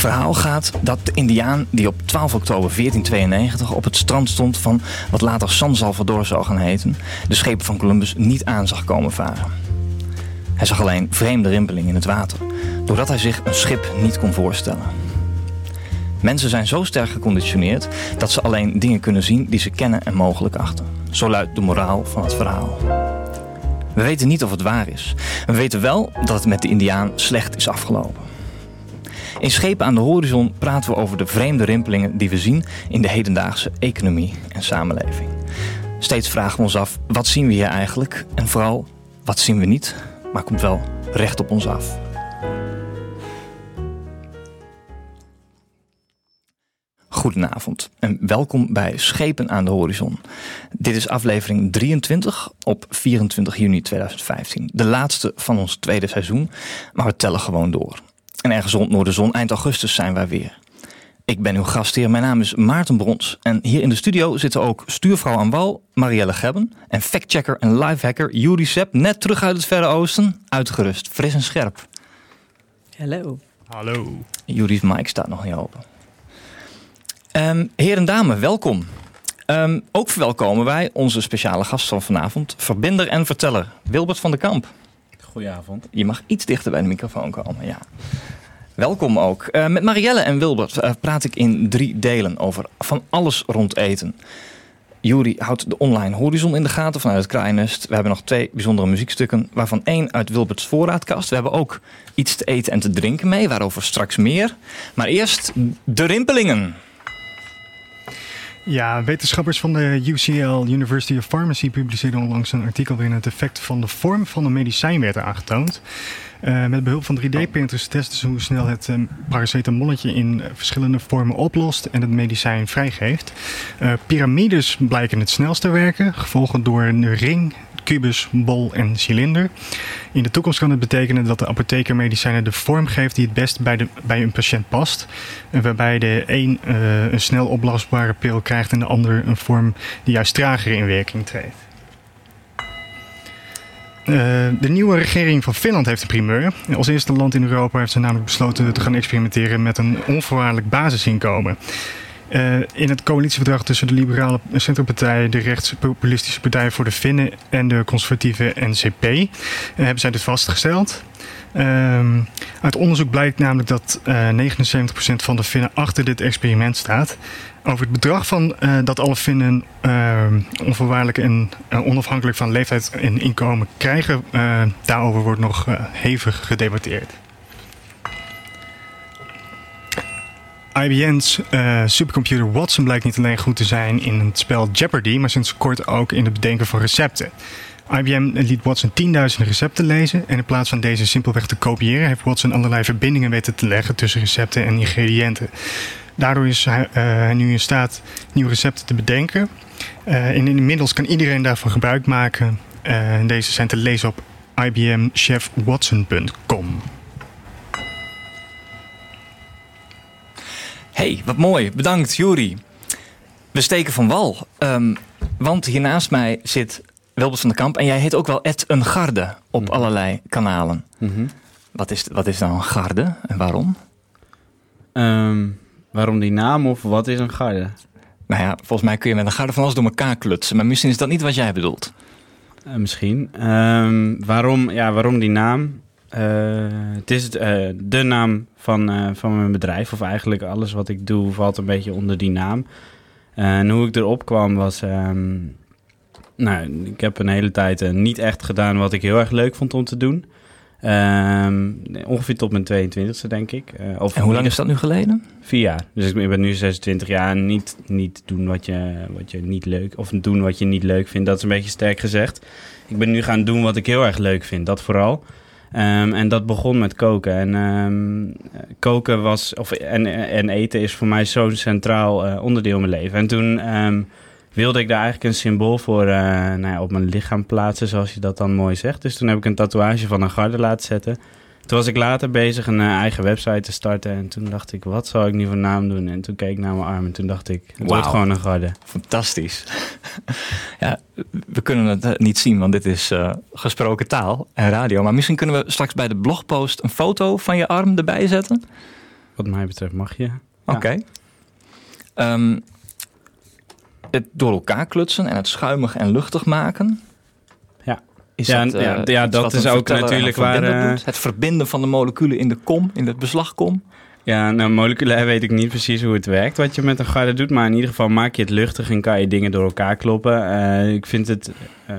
verhaal gaat dat de Indiaan die op 12 oktober 1492 op het strand stond van wat later San Salvador zou gaan heten, de schepen van Columbus niet aan zag komen varen. Hij zag alleen vreemde rimpelingen in het water, doordat hij zich een schip niet kon voorstellen. Mensen zijn zo sterk geconditioneerd dat ze alleen dingen kunnen zien die ze kennen en mogelijk achten. Zo luidt de moraal van het verhaal. We weten niet of het waar is. We weten wel dat het met de Indiaan slecht is afgelopen. In Schepen aan de horizon praten we over de vreemde rimpelingen die we zien in de hedendaagse economie en samenleving. Steeds vragen we ons af, wat zien we hier eigenlijk? En vooral, wat zien we niet, maar komt wel recht op ons af. Goedenavond en welkom bij Schepen aan de horizon. Dit is aflevering 23 op 24 juni 2015. De laatste van ons tweede seizoen, maar we tellen gewoon door. En ergens rond Noorderzon, eind augustus zijn wij weer. Ik ben uw gastheer, mijn naam is Maarten Brons. En hier in de studio zitten ook stuurvrouw aan wal, Marielle Gebben. En factchecker en lifehacker Juri Sepp, net terug uit het Verre Oosten. Uitgerust, fris en scherp. Hallo. Hallo. Juri's mic staat nog niet open. Heer en dame, welkom. Ook verwelkomen wij onze speciale gast van vanavond, verbinder en verteller, Wilbert van den Kamp. Goedenavond. Je mag iets dichter bij de microfoon komen, ja. Welkom ook. Met Marielle en Wilbert praat ik in 3 delen over van alles rond eten. Juri houdt de online horizon in de gaten vanuit het Kraaiennest. We hebben nog 2 bijzondere muziekstukken, waarvan 1 uit Wilberts voorraadkast. We hebben ook iets te eten en te drinken mee, waarover straks meer. Maar eerst de rimpelingen. Ja, wetenschappers van de UCL University of Pharmacy publiceerden onlangs een artikel waarin het effect van de vorm van een medicijn werd aangetoond. Met behulp van 3D-printers testen ze hoe snel het paracetamolletje in verschillende vormen oplost en het medicijn vrijgeeft. Piramides blijken het snelst te werken, gevolgd door een ring, kubus, bol en cilinder. In de toekomst kan het betekenen dat de apotheker medicijnen de vorm geeft die het best bij een patiënt past. Waarbij de een een snel oplosbare pil krijgt en de ander een vorm die juist trager in werking treedt. De nieuwe regering van Finland heeft een primeur. Als eerste land in Europa heeft ze namelijk besloten te gaan experimenteren met een onvoorwaardelijk basisinkomen. In het coalitieverdrag tussen de liberale centrumpartij, de rechtspopulistische partij voor de Finnen en de conservatieve NCP hebben zij dit vastgesteld. Uit onderzoek blijkt namelijk dat 79% van de Finnen achter dit experiment staat. Over het bedrag van dat alle Finnen onvoorwaardelijk en onafhankelijk van leeftijd en inkomen krijgen, daarover wordt nog hevig gedebatteerd. IBM's supercomputer Watson blijkt niet alleen goed te zijn in het spel Jeopardy, maar sinds kort ook in het bedenken van recepten. IBM liet Watson 10.000 recepten lezen en in plaats van deze simpelweg te kopiëren, heeft Watson allerlei verbindingen weten te leggen tussen recepten en ingrediënten. Daardoor is hij nu in staat nieuwe recepten te bedenken. En inmiddels kan iedereen daarvan gebruik maken. Deze zijn te lezen op ibmchefwatson.com. Hey, wat mooi. Bedankt, Juri. We steken van wal. Want hier naast mij zit Wilbert van den Kamp. En jij heet ook wel Ed een Garde op allerlei kanalen. Mm-hmm. Wat is nou een garde en waarom? Waarom die naam of wat is een garde? Nou ja, volgens mij kun je met een garde van alles door elkaar klutsen. Maar misschien is dat niet wat jij bedoelt. Misschien. Waarom die naam? Het is de naam van mijn bedrijf. Of eigenlijk alles wat ik doe valt een beetje onder die naam. En hoe ik erop kwam was... ik heb een hele tijd niet echt gedaan wat ik heel erg leuk vond om te doen. Ongeveer tot mijn 22e, denk ik. En hoe lang is dat nu geleden? 4 jaar. Dus ik ben nu 26 jaar en niet doen wat je niet leuk... Of doen wat je niet leuk vindt, dat is een beetje sterk gezegd. Ik ben nu gaan doen wat ik heel erg leuk vind, dat vooral. En dat begon met koken. En koken was... En eten is voor mij zo'n centraal onderdeel in mijn leven. En toen... wilde ik daar eigenlijk een symbool voor op mijn lichaam plaatsen, zoals je dat dan mooi zegt. Dus toen heb ik een tatoeage van een garde laten zetten. Toen was ik later bezig een eigen website te starten. En toen dacht ik, wat zal ik nu voor naam doen? En toen keek ik naar mijn arm en toen dacht ik, het wordt gewoon een garde. Fantastisch. Ja, we kunnen het niet zien, want dit is gesproken taal en radio. Maar misschien kunnen we straks bij de blogpost een foto van je arm erbij zetten. Wat mij betreft mag je. Oké. Het door elkaar klutsen en het schuimig en luchtig maken. Ja. Is Ja, dat, dat is ook natuurlijk waar... Het verbinden van de moleculen in de kom, in het beslagkom. Ja, nou, moleculair weet ik niet precies hoe het werkt, wat je met een garde doet. Maar in ieder geval maak je het luchtig en kan je dingen door elkaar kloppen. Ik vind het...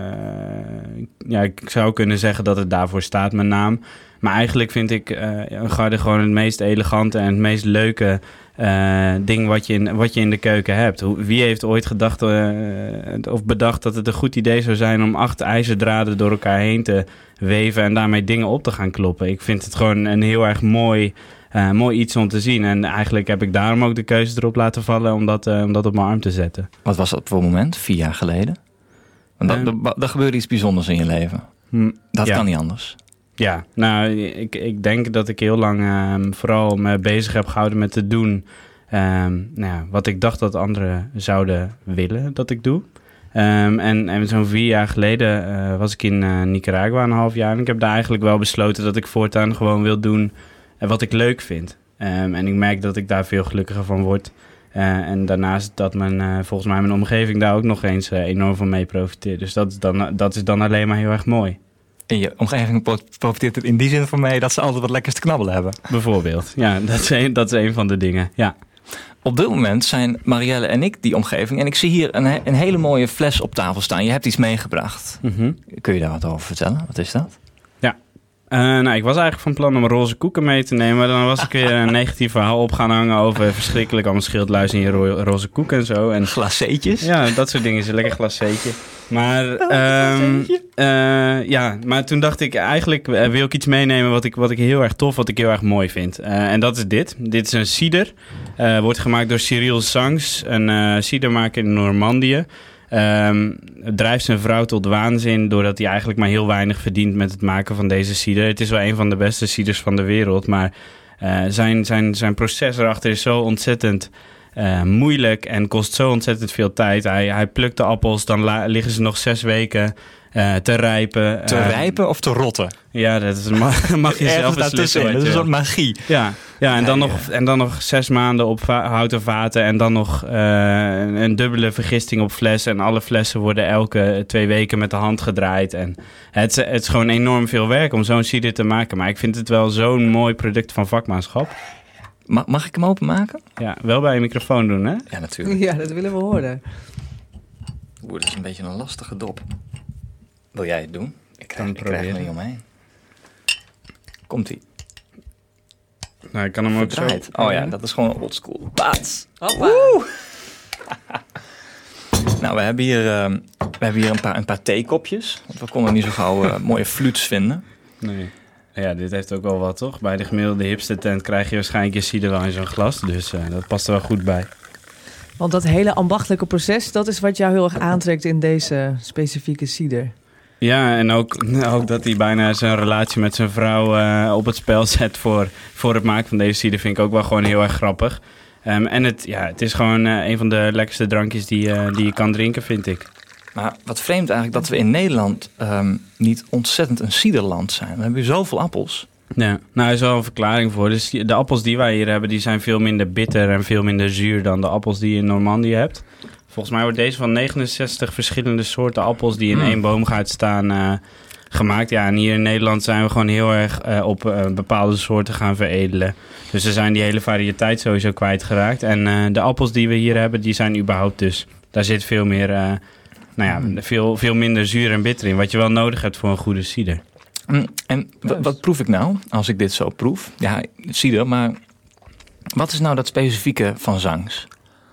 ik zou kunnen zeggen dat het daarvoor staat, mijn naam. Maar eigenlijk vind ik een garde gewoon het meest elegante en het meest leuke ding wat je in de keuken hebt. Wie heeft ooit gedacht of bedacht dat het een goed idee zou zijn om 8 ijzerdraden door elkaar heen te weven en daarmee dingen op te gaan kloppen? Ik vind het gewoon een heel erg mooi iets om te zien. En eigenlijk heb ik daarom ook de keuze erop laten vallen om dat op mijn arm te zetten. Wat was dat voor moment, 4 jaar geleden? Want er gebeurde iets bijzonders in je leven. Dat kan niet anders. Ja, nou, ik denk dat ik heel lang vooral me bezig heb gehouden met te doen wat ik dacht dat anderen zouden willen dat ik doe. En zo'n 4 jaar geleden was ik in Nicaragua een half jaar. En ik heb daar eigenlijk wel besloten dat ik voortaan gewoon wil doen wat ik leuk vind. En ik merk dat ik daar veel gelukkiger van word. En daarnaast dat volgens mij mijn omgeving daar ook nog eens enorm van mee profiteert. Dus dat is dan alleen maar heel erg mooi. En je omgeving profiteert er in die zin van mee dat ze altijd wat lekkers te knabbelen hebben. Bijvoorbeeld, ja, dat is een van de dingen, ja. Op dit moment zijn Marielle en ik die omgeving. En ik zie hier een hele mooie fles op tafel staan. Je hebt iets meegebracht. Mm-hmm. Kun je daar wat over vertellen? Wat is dat? Ja, ik was eigenlijk van plan om roze koeken mee te nemen. Maar dan was ik weer een negatief verhaal op gaan hangen over verschrikkelijk allemaal schildluis in je roze koek en zo. En glaceetjes? Ja, dat soort dingen is een lekker glaceetje. Maar, maar toen dacht ik eigenlijk wil ik iets meenemen wat ik heel erg tof, wat ik heel erg mooi vind. En dat is dit. Dit is een cider. Wordt gemaakt door Cyril Sangs, een cidermaker in Normandië. Drijft zijn vrouw tot waanzin doordat hij eigenlijk maar heel weinig verdient met het maken van deze cider. Het is wel een van de beste ciders van de wereld, maar zijn proces erachter is zo ontzettend moeilijk en kost zo ontzettend veel tijd. Hij plukt de appels, dan liggen ze nog 6 weken te rijpen. Te rijpen of te rotten? Ja, dat mag je zelf beslissen. Dat is een soort magie. Ja, en dan nog 6 maanden op houten vaten en dan nog een dubbele vergisting op flessen. En alle flessen worden elke 2 weken met de hand gedraaid. En het is gewoon enorm veel werk om zo'n cider te maken. Maar ik vind het wel zo'n mooi product van vakmanschap. Mag ik hem openmaken? Ja, wel bij je microfoon doen, hè? Ja, natuurlijk. Ja, dat willen we horen. Dat is een beetje een lastige dop. Wil jij het doen? Ik krijg er niet omheen. Komt-ie. Nou, ik kan hem ook zo... Oh ja, dat is gewoon oldschool. Baats! Hoppa! Nou, we hebben hier een paar theekopjes. Want we konden niet zo gauw mooie fluits vinden. Nee. Ja, dit heeft ook wel wat, toch? Bij de gemiddelde hipster tent krijg je waarschijnlijk je cider wel in zo'n glas. Dus dat past er wel goed bij. Want dat hele ambachtelijke proces, dat is wat jou heel erg aantrekt in deze specifieke cider. Ja, en ook dat hij bijna zijn relatie met zijn vrouw op het spel zet voor het maken van deze cider vind ik ook wel gewoon heel erg grappig. En het is gewoon een van de lekkerste drankjes die je kan drinken, vind ik. Maar wat vreemd eigenlijk dat we in Nederland niet ontzettend een ciderland zijn. We hebben hier zoveel appels. Ja, nou, daar is wel een verklaring voor. Dus de appels die wij hier hebben, die zijn veel minder bitter en veel minder zuur dan de appels die je in Normandië hebt. Volgens mij wordt deze van 69 verschillende soorten appels die in 1 boomgaard staan gemaakt. Ja, en hier in Nederland zijn we gewoon heel erg op bepaalde soorten gaan veredelen. Dus we zijn die hele variëteit sowieso kwijtgeraakt. En de appels die we hier hebben, die zijn überhaupt dus... Daar zit veel meer... veel minder zuur en bitter in. Wat je wel nodig hebt voor een goede cider. En wat proef ik nou als ik dit zo proef? Ja, cider, maar wat is nou dat specifieke van Sangs?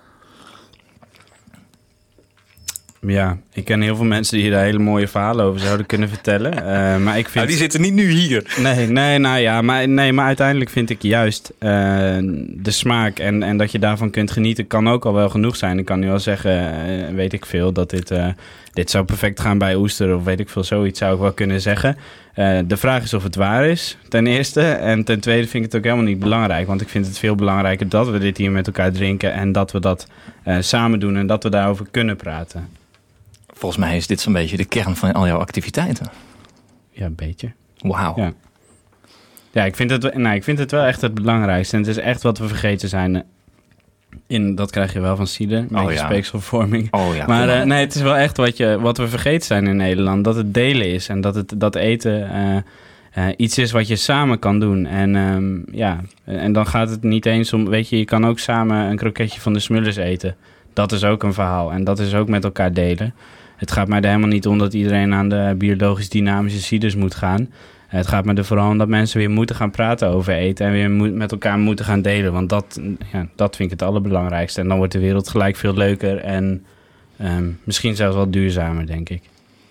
Ja, ik ken heel veel mensen die hier hele mooie verhalen over zouden kunnen vertellen. Maar ik vind... Nou, die zitten niet nu hier. Maar uiteindelijk vind ik juist de smaak en dat je daarvan kunt genieten kan ook al wel genoeg zijn. Ik kan nu wel zeggen, weet ik veel, dat dit zou perfect gaan bij oester of weet ik veel, zoiets zou ik wel kunnen zeggen. De vraag is of het waar is, ten eerste. En ten tweede vind ik het ook helemaal niet belangrijk. Want ik vind het veel belangrijker dat we dit hier met elkaar drinken en dat we dat samen doen en dat we daarover kunnen praten. Volgens mij is dit zo'n beetje de kern van al jouw activiteiten. Ja, een beetje. Wauw. Ja. Ja, ik vind het wel echt het belangrijkste. En het is echt wat we vergeten zijn. Dat krijg je wel van cider, een beetje speekselvorming. Oh, ja, maar nee, het is wel echt wat we vergeten zijn in Nederland. Dat het delen is en dat eten iets is wat je samen kan doen. En en dan gaat het niet eens om... Weet je kan ook samen een kroketje van de Smullers eten. Dat is ook een verhaal en dat is ook met elkaar delen. Het gaat mij er helemaal niet om dat iedereen aan de biologisch dynamische ciders moet gaan. Het gaat me er vooral om dat mensen weer moeten gaan praten over eten... en weer met elkaar moeten gaan delen. Want dat vind ik het allerbelangrijkste. En dan wordt de wereld gelijk veel leuker en misschien zelfs wel duurzamer, denk ik.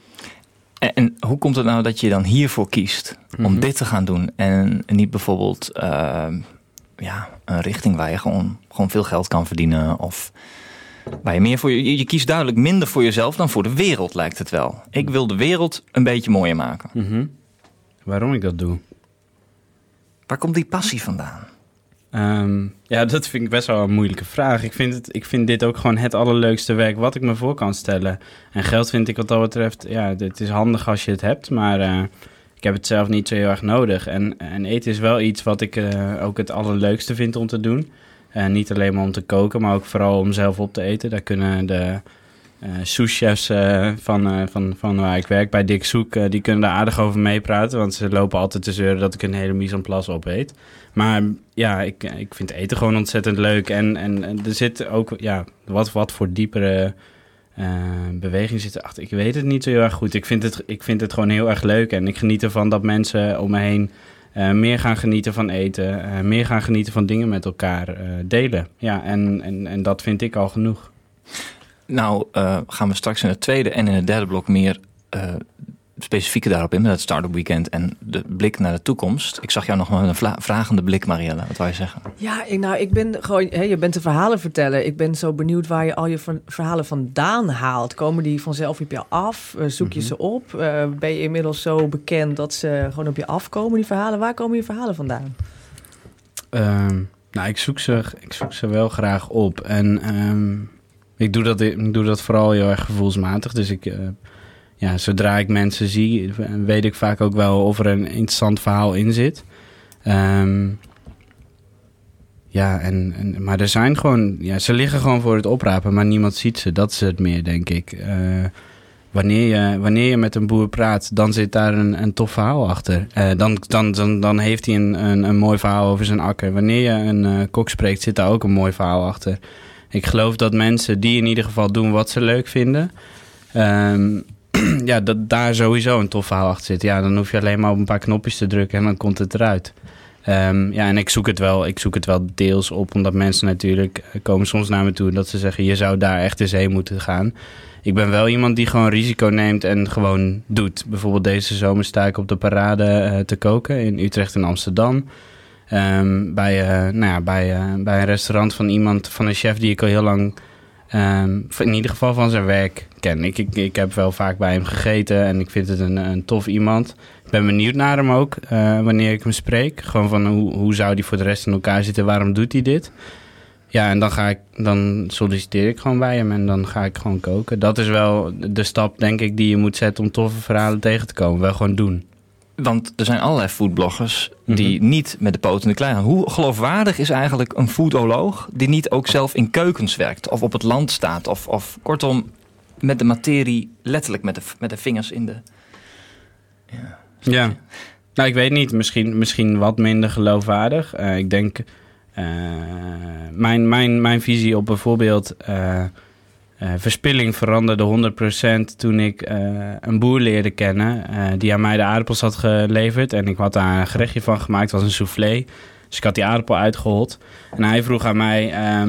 En hoe komt het nou dat je dan hiervoor kiest om dit te gaan doen... en niet bijvoorbeeld een richting waar je gewoon veel geld kan verdienen... of waar je meer voor je kiest duidelijk minder voor jezelf dan voor de wereld, lijkt het wel. Ik wil de wereld een beetje mooier maken. Mm-hmm. Waarom ik dat doe? Waar komt die passie vandaan? Dat vind ik best wel een moeilijke vraag. Ik vind dit ook gewoon het allerleukste werk wat ik me voor kan stellen. En geld vind ik wat dat betreft... Ja, het is handig als je het hebt, maar ik heb het zelf niet zo heel erg nodig. En eten is wel iets wat ik ook het allerleukste vind om te doen. Niet alleen maar om te koken, maar ook vooral om zelf op te eten. Daar kunnen de souschefs van waar ik werk, bij Dick Soek... die kunnen daar aardig over meepraten, want ze lopen altijd te zeuren dat ik een hele mise en place opeet. Maar ja, ik vind eten gewoon ontzettend leuk. En er zit ook wat voor diepere beweging zit erachter. Ik weet het niet zo heel erg goed. Ik vind het gewoon heel erg leuk. En ik geniet ervan dat mensen om me heen meer gaan genieten van eten. Meer gaan genieten van dingen met elkaar delen. Ja, en dat vind ik al genoeg. Nou, gaan we straks in het tweede en in het derde blok meer specifieker daarop in... met het Startup Weekend en de blik naar de toekomst. Ik zag jou nog met een vragende blik, Marielle. Wat wou je zeggen? Ja, ik ben gewoon... je bent een verhalenverteller. Ik ben zo benieuwd waar je al je verhalen vandaan haalt. Komen die vanzelf op je af? Zoek je ze op? Ben je inmiddels zo bekend dat ze gewoon op je afkomen, die verhalen? Waar komen je verhalen vandaan? Ik zoek ze wel graag op. En ik doe dat vooral heel erg gevoelsmatig. Dus zodra ik mensen zie, weet ik vaak ook wel of er een interessant verhaal in zit. Maar er zijn gewoon... Ja, ze liggen gewoon voor het oprapen, maar niemand ziet ze. Dat is het meer, denk ik. Wanneer je met een boer praat, dan zit daar een tof verhaal achter. Dan heeft hij een mooi verhaal over zijn akker. Wanneer je een kok spreekt, zit daar ook een mooi verhaal achter. Ik geloof dat mensen die in ieder geval doen wat ze leuk vinden... dat daar sowieso een tof verhaal achter zit. Ja, dan hoef je alleen maar op een paar knopjes te drukken en dan komt het eruit. En ik zoek het wel deels op, omdat mensen natuurlijk komen soms naar me toe dat ze zeggen, je zou daar echt eens heen moeten gaan. Ik ben wel iemand die gewoon risico neemt en gewoon doet. Bijvoorbeeld deze zomer sta ik op de parade te koken in Utrecht en Amsterdam. Bij een restaurant van een chef die ik al heel lang... in ieder geval van zijn werk ken. Ik heb wel vaak bij hem gegeten en ik vind het een tof iemand. Ik ben benieuwd naar hem ook, wanneer ik hem spreek. Gewoon van hoe zou die voor de rest in elkaar zitten, waarom doet hij dit? Ja, en dan solliciteer ik gewoon bij hem en dan ga ik gewoon koken. Dat is wel de stap, denk ik, die je moet zetten om toffe verhalen tegen te komen. Wel gewoon doen. Want er zijn allerlei foodbloggers die niet met de poot in de klei gaan. Hoe geloofwaardig is eigenlijk een foodoloog die niet ook zelf in keukens werkt of op het land staat of kortom met de materie letterlijk met de vingers in de... Ja. Nou, ik weet niet. Misschien wat minder geloofwaardig. Ik denk mijn visie op bijvoorbeeld verspilling veranderde 100% toen ik een boer leerde kennen die aan mij de aardappels had geleverd. En ik had daar een gerechtje van gemaakt, het was een soufflé. Dus ik had die aardappel uitgehold. En hij vroeg aan mij,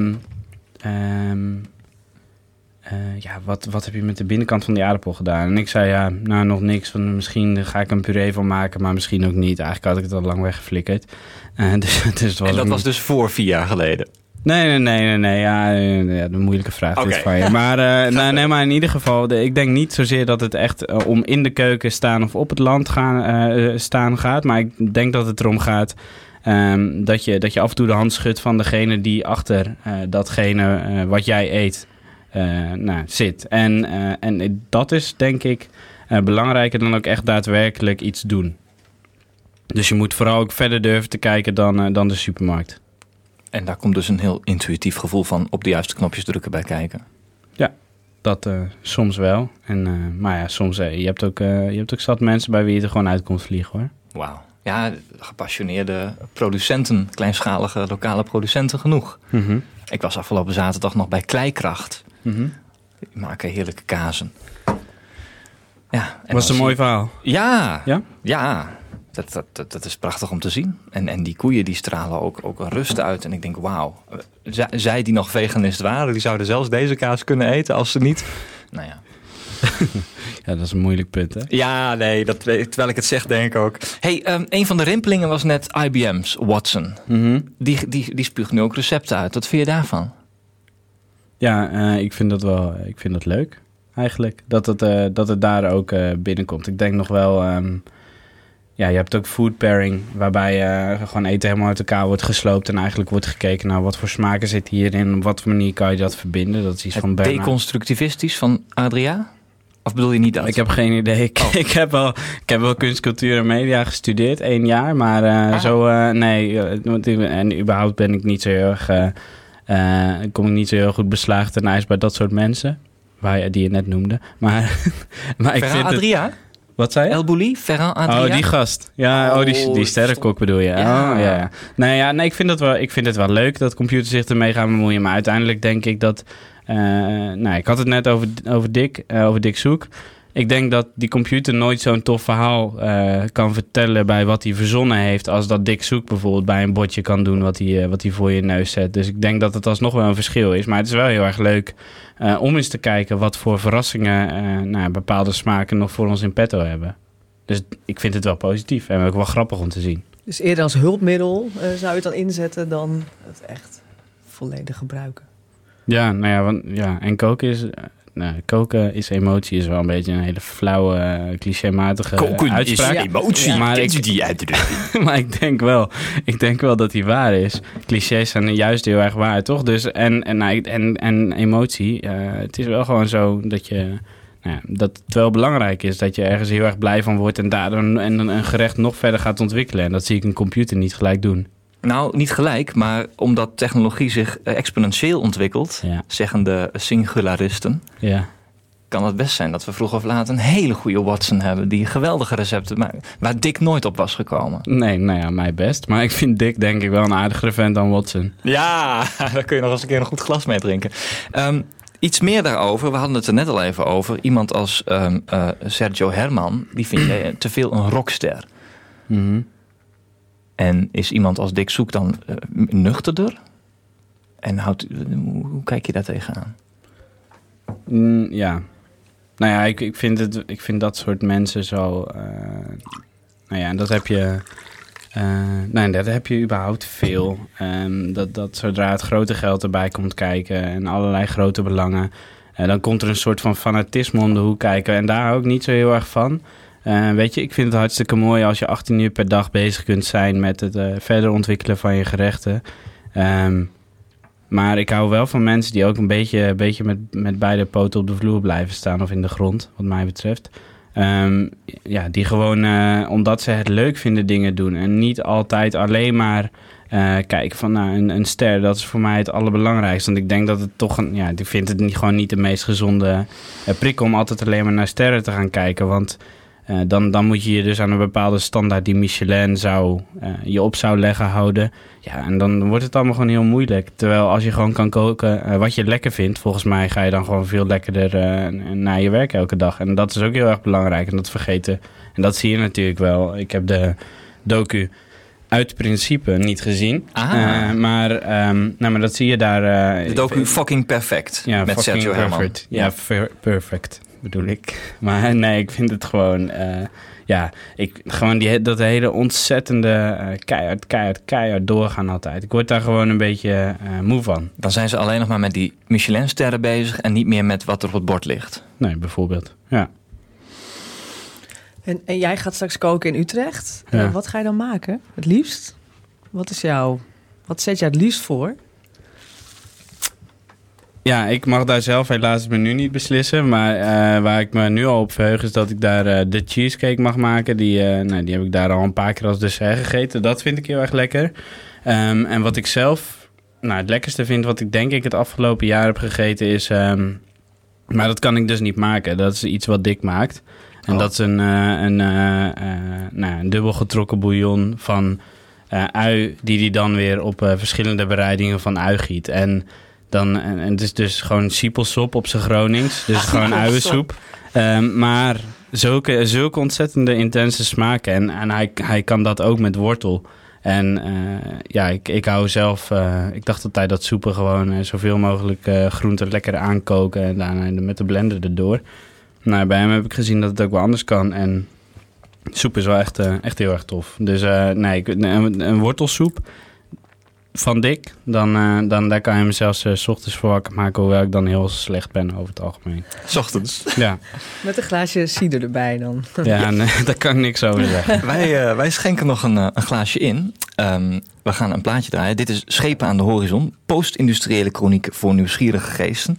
wat heb je met de binnenkant van die aardappel gedaan? En ik zei, nog niks. Misschien ga ik een puree van maken, maar misschien ook niet. Eigenlijk had ik het al lang weggeflikkerd. Dus en dat was dus voor 4 jaar geleden? Nee. Ja, de moeilijke vraag dit van je. Maar, maar in ieder geval, ik denk niet zozeer dat het echt om in de keuken staan of op het land staan gaat. Maar ik denk dat het erom gaat dat je af en toe de hand schudt van degene die achter datgene wat jij eet zit. En dat is denk ik belangrijker dan ook echt daadwerkelijk iets doen. Dus je moet vooral ook verder durven te kijken dan de supermarkt. En daar komt dus een heel intuïtief gevoel van op de juiste knopjes drukken bij kijken. Ja, dat soms wel. Maar ja, soms je hebt ook zat mensen bij wie het er gewoon uit komt vliegen, hoor. Wauw. Ja, gepassioneerde producenten, kleinschalige lokale producenten genoeg. Mm-hmm. Ik was afgelopen zaterdag nog bij Kleikracht. Mm-hmm. Die maken heerlijke kazen. Ja, en Was het een mooi verhaal? Ja, Ja? Ja. Dat is prachtig om te zien. En die koeien die stralen ook een rust uit. En ik denk, wauw. Zij die nog veganist waren, die zouden zelfs deze kaas kunnen eten als ze niet... Nou ja. Ja, dat is een moeilijk punt, hè? Ja, nee, terwijl ik het zeg, denk ik ook. Hey, een van de rimpelingen was net IBM's Watson. Mm-hmm. Die spuugt nu ook recepten uit. Wat vind je daarvan? Ja, ik vind dat leuk, eigenlijk. Dat het daar ook binnenkomt. Ik denk nog wel... je hebt ook food pairing, waarbij gewoon eten helemaal uit elkaar wordt gesloopt en eigenlijk wordt gekeken naar wat voor smaken zit hierin, op wat voor manier kan je dat verbinden. Dat is iets van Bernard. Deconstructivistisch van Adria? Of bedoel je niet dat? Ik heb geen idee. Ik heb wel kunst, cultuur en media gestudeerd, 1 jaar, maar nee. En überhaupt ben ik niet zo heel erg, kom ik niet zo heel goed beslagen ten ijs bij dat soort mensen, die je net noemde. Maar ik vind Adria? Wat zei je? El Bouli, Ferran Adria? Oh, die gast. Ja, die sterrenkok bedoel je. Ja. Oh, ja. Nee, ik vind het wel leuk dat computers zich ermee gaan bemoeien. Maar uiteindelijk denk ik dat... ik had het net over Dick Zoek. Ik denk dat die computer nooit zo'n tof verhaal kan vertellen bij wat hij verzonnen heeft, als dat Dick Zoek bijvoorbeeld bij een botje kan doen wat hij voor je neus zet. Dus ik denk dat het alsnog wel een verschil is. Maar het is wel heel erg leuk om eens te kijken wat voor verrassingen bepaalde smaken nog voor ons in petto hebben. Dus ik vind het wel positief en ook wel grappig om te zien. Dus eerder als hulpmiddel zou je het dan inzetten dan het echt volledig gebruiken? Ja, en koken is emotie, is wel een beetje een hele flauwe, clichématige uitspraak. Koken is emotie, maar die uitdrukking. Maar ik denk wel dat die waar is. Clichés zijn juist heel erg waar, toch? Dus en emotie, het is wel gewoon zo dat dat het wel belangrijk is dat je ergens heel erg blij van wordt en daardoor een gerecht nog verder gaat ontwikkelen. En dat zie ik een computer niet gelijk doen. Nou, niet gelijk, maar omdat technologie zich exponentieel ontwikkelt, zeggen de singularisten, kan het best zijn dat we vroeg of laat een hele goede Watson hebben die geweldige recepten maakt, waar Dick nooit op was gekomen. Nee, mij best. Maar ik vind Dick denk ik wel een aardigere vent dan Watson. Ja, daar kun je nog eens een keer een goed glas mee drinken. Iets meer daarover, we hadden het er net al even over. Iemand als Sergio Herman, die vind je te veel een rockster. Mm-hmm. En is iemand als Dick Zoek dan nuchterder? En hoe kijk je daar tegenaan? Ja. Nou ja, ik vind dat soort mensen zo... en dat heb je... dat heb je überhaupt veel. Dat zodra het grote geld erbij komt kijken en allerlei grote belangen, dan komt er een soort van fanatisme om de hoek kijken. En daar hou ik niet zo heel erg van. Ik vind het hartstikke mooi als je 18 uur per dag bezig kunt zijn met het verder ontwikkelen van je gerechten. Maar ik hou wel van mensen die ook een beetje met beide poten op de vloer blijven staan of in de grond, wat mij betreft. Die gewoon, omdat ze het leuk vinden, dingen doen. En niet altijd alleen maar kijken van een ster. Dat is voor mij het allerbelangrijkste. Want ik denk dat het toch ik vind het gewoon niet de meest gezonde prik om altijd alleen maar naar sterren te gaan kijken. Want dan moet je je dus aan een bepaalde standaard die Michelin je op zou leggen houden. Ja, en dan wordt het allemaal gewoon heel moeilijk. Terwijl als je gewoon kan koken wat je lekker vindt, volgens mij ga je dan gewoon veel lekkerder naar je werk elke dag. En dat is ook heel erg belangrijk en dat vergeten. En dat zie je natuurlijk wel. Ik heb de docu uit principe niet gezien. Maar dat zie je daar. De docu Fucking Perfect met Sergio Herman. Ja, perfect bedoel ik. Maar nee, ik vind het gewoon... dat hele ontzettende keihard doorgaan altijd. Ik word daar gewoon een beetje moe van. Dan zijn ze alleen nog maar met die Michelin-sterren bezig en niet meer met wat er op het bord ligt. Nee, bijvoorbeeld. Ja. En jij gaat straks koken in Utrecht. Ja. Wat ga je dan maken? Het liefst? Wat zet je het liefst voor? Ja, ik mag daar zelf helaas het menu niet beslissen. Maar waar ik me nu al op verheug is dat ik daar de cheesecake mag maken. Die heb ik daar al een paar keer als dessert gegeten. Dat vind ik heel erg lekker. En wat ik zelf het lekkerste vind, wat ik denk ik het afgelopen jaar heb gegeten, is... maar dat kan ik dus niet maken. Dat is iets wat Dick maakt. En dat is een dubbel getrokken bouillon van ui, die hij dan weer op verschillende bereidingen van ui giet. En het is dus gewoon siepelsop op zijn Gronings. Dus gewoon uiensoep. Maar zulke ontzettende intense smaken. En hij kan dat ook met wortel. En ik hou zelf... ik dacht altijd dat soepen gewoon zoveel mogelijk groenten lekker aankoken. En daarna met de blender erdoor. Nou, bij hem heb ik gezien dat het ook wel anders kan. En soep is wel echt heel erg tof. Dus een wortelsoep van Dick, dan daar kan je me zelfs 's ochtends voor wakker maken, hoewel ik dan heel slecht ben over het algemeen. 's Ochtends? Ja. Met een glaasje cider erbij dan. Ja, nee, daar kan ik niks over zeggen. Wij schenken nog een glaasje in. We gaan een plaatje draaien. Dit is Schepen aan de horizon. Post-industriële kroniek voor nieuwsgierige geesten.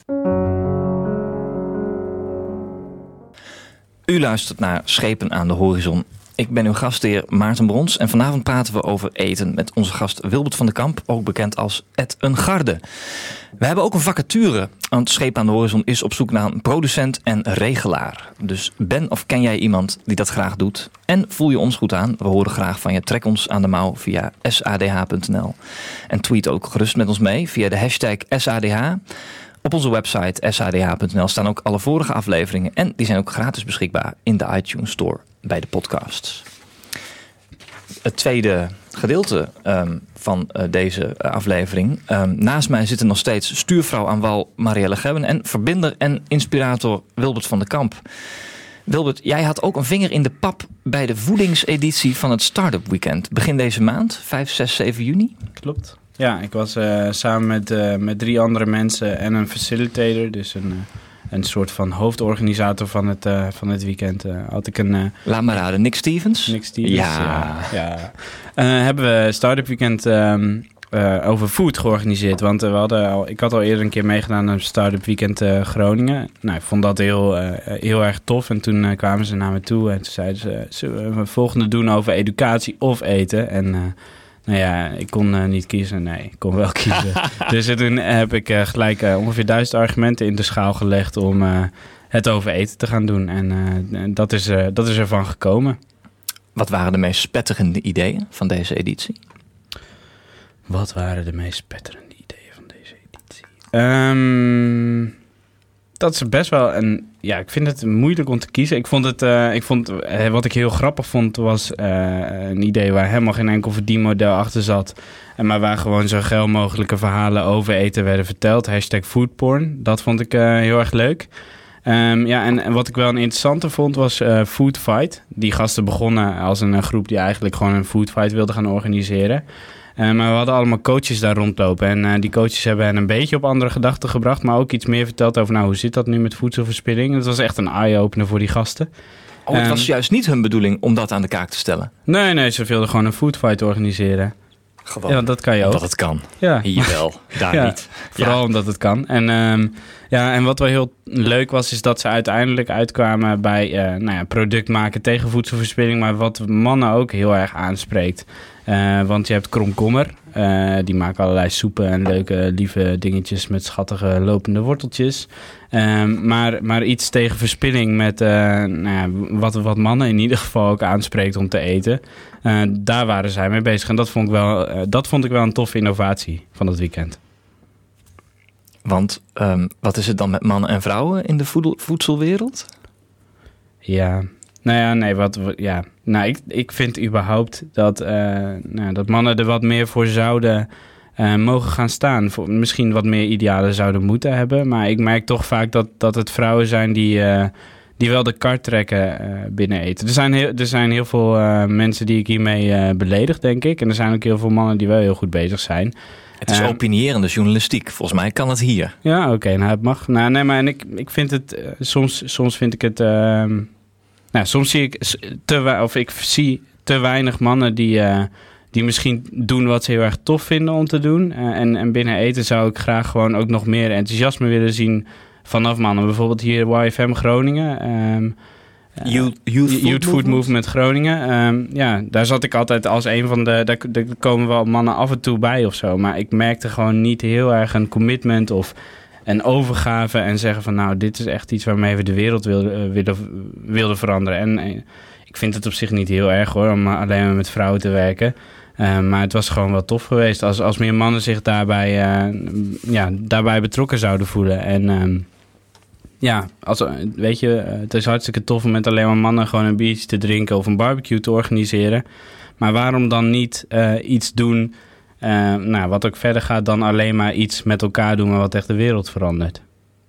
U luistert naar Schepen aan de horizon. Ik ben uw gastheer Maarten Brons en vanavond praten we over eten met onze gast Wilbert van den Kamp, ook bekend als Ed een Garde. We hebben ook een vacature, want Schepen aan de horizon is op zoek naar een producent en regelaar. Dus ben of ken jij iemand die dat graag doet? En voel je ons goed aan? We horen graag van je. Trek ons aan de mouw via sadh.nl. En tweet ook gerust met ons mee via de hashtag SADH. Op onze website sadh.nl staan ook alle vorige afleveringen en die zijn ook gratis beschikbaar in de iTunes Store bij de podcasts. Het tweede gedeelte van deze aflevering. Naast mij zitten nog steeds stuurvrouw aan wal Marielle Gebben en verbinder en inspirator Wilbert van den Kamp. Wilbert, jij had ook een vinger in de pap bij de voedingseditie van het Startup Weekend. Begin deze maand, 5, 6, 7 juni. Klopt. Ja, ik was samen met 3 andere mensen en een facilitator, dus een soort van hoofdorganisator van het weekend. Had ik een... Laat maar raden, Nick Stevens? Nick Stevens, ja. Hebben we Startup Weekend over food georganiseerd. Want ik had al eerder een keer meegedaan aan een Startup Weekend Groningen. Nou, ik vond dat heel erg tof. En toen kwamen ze naar me toe en toen zeiden ze, zullen we het volgende doen over educatie of eten? En... ik kon niet kiezen. Nee, ik kon wel kiezen. Dus toen heb ik gelijk ongeveer 1000 argumenten in de schaal gelegd om het over eten te gaan doen. En dat is ervan gekomen. Wat waren de meest spetterende ideeën van deze editie? Wat waren de meest spetterende ideeën van deze editie? Dat is best wel een... Ja, ik vind het moeilijk om te kiezen. Wat ik heel grappig vond, was een idee waar helemaal geen enkel verdienmodel achter zat. Maar waar gewoon zo geil mogelijke verhalen over eten werden verteld. #foodporn. Dat vond ik heel erg leuk. En wat ik wel een interessante vond was Food Fight. Die gasten begonnen als een groep die eigenlijk gewoon een Food Fight wilde gaan organiseren. Maar we hadden allemaal coaches daar rondlopen. En die coaches hebben hen een beetje op andere gedachten gebracht. Maar ook iets meer verteld over, hoe zit dat nu met voedselverspilling? Het was echt een eye-opener voor die gasten. Het was juist niet hun bedoeling om dat aan de kaak te stellen? Nee, ze wilden gewoon een foodfight organiseren. Gewoon. Ja, dat kan je ook. Omdat het kan. Ja. Hier wel, daar niet. Vooral omdat het kan. En wat wel heel leuk was, is dat ze uiteindelijk uitkwamen bij product maken tegen voedselverspilling. Maar wat mannen ook heel erg aanspreekt. Want je hebt Kromkommer. Die maken allerlei soepen en leuke, lieve dingetjes met schattige lopende worteltjes. Maar iets tegen verspilling met wat mannen in ieder geval ook aanspreekt om te eten. Daar waren zij mee bezig. En dat vond ik wel een toffe innovatie van het weekend. Want wat is het dan met mannen en vrouwen in de voedselwereld? Ja... ik vind überhaupt dat mannen er wat meer voor zouden mogen gaan staan. Misschien wat meer idealen zouden moeten hebben. Maar ik merk toch vaak dat het vrouwen zijn die wel de kar trekken binnen eten. Er zijn heel veel mensen die ik hiermee beledig, denk ik. En er zijn ook heel veel mannen die wel heel goed bezig zijn. Het is opinierende journalistiek. Volgens mij kan het hier. Ja, oké, het mag. Maar ik vind het... soms vind ik het... soms zie ik ik zie te weinig mannen die die misschien doen wat ze heel erg tof vinden om te doen. En binnen eten zou ik graag gewoon ook nog meer enthousiasme willen zien vanaf mannen. Bijvoorbeeld hier YFM Groningen. Youth Food Movement Groningen. Daar zat ik altijd als een van de... Daar komen wel mannen af en toe bij of zo. Maar ik merkte gewoon niet heel erg een commitment of een overgave. En zeggen van nou, dit is echt iets waarmee we de wereld wilden veranderen. En ik vind het op zich niet heel erg hoor, om alleen maar met vrouwen te werken. Maar het was gewoon wel tof geweest als meer mannen zich daarbij betrokken zouden voelen. En weet je, het is hartstikke tof om met alleen maar mannen gewoon een biertje te drinken of een barbecue te organiseren. Maar waarom dan niet iets doen wat ook verder gaat dan alleen maar iets met elkaar doen, maar wat echt de wereld verandert?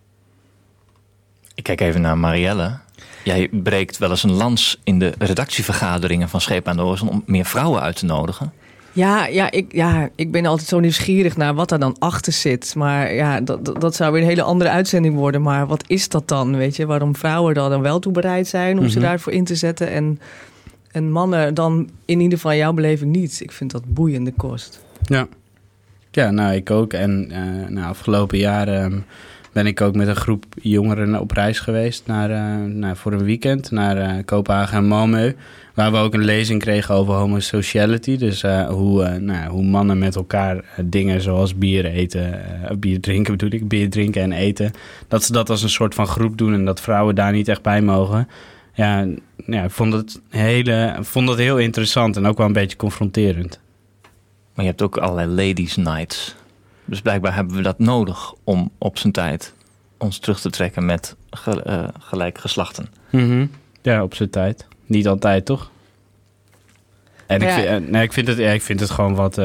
Ik kijk even naar Marielle. Jij breekt wel eens een lans in de redactievergaderingen van Scheep aan de Horizon om meer vrouwen uit te nodigen. Ik ben altijd zo nieuwsgierig naar wat er dan achter zit. Maar ja, dat zou weer een hele andere uitzending worden. Maar wat is dat dan, weet je? Waarom vrouwen dan wel toe bereid zijn om ze daarvoor in te zetten en mannen dan in ieder geval jouw beleving niet. Ik vind dat boeiende kost. Ja, nou ik ook. En afgelopen jaren ben ik ook met een groep jongeren op reis geweest voor een weekend naar Kopenhagen en Malmö. Waar we ook een lezing kregen over homosociality. Dus hoe mannen met elkaar dingen zoals bier drinken en eten. Dat ze dat als een soort van groep doen en dat vrouwen daar niet echt bij mogen. Ik vond het heel interessant en ook wel een beetje confronterend. Maar je hebt ook allerlei ladies nights. Dus blijkbaar hebben we dat nodig om op zijn tijd ons terug te trekken met gelijke geslachten. Mm-hmm. Ja, op zijn tijd. Niet altijd, toch? En ik vind het gewoon wat...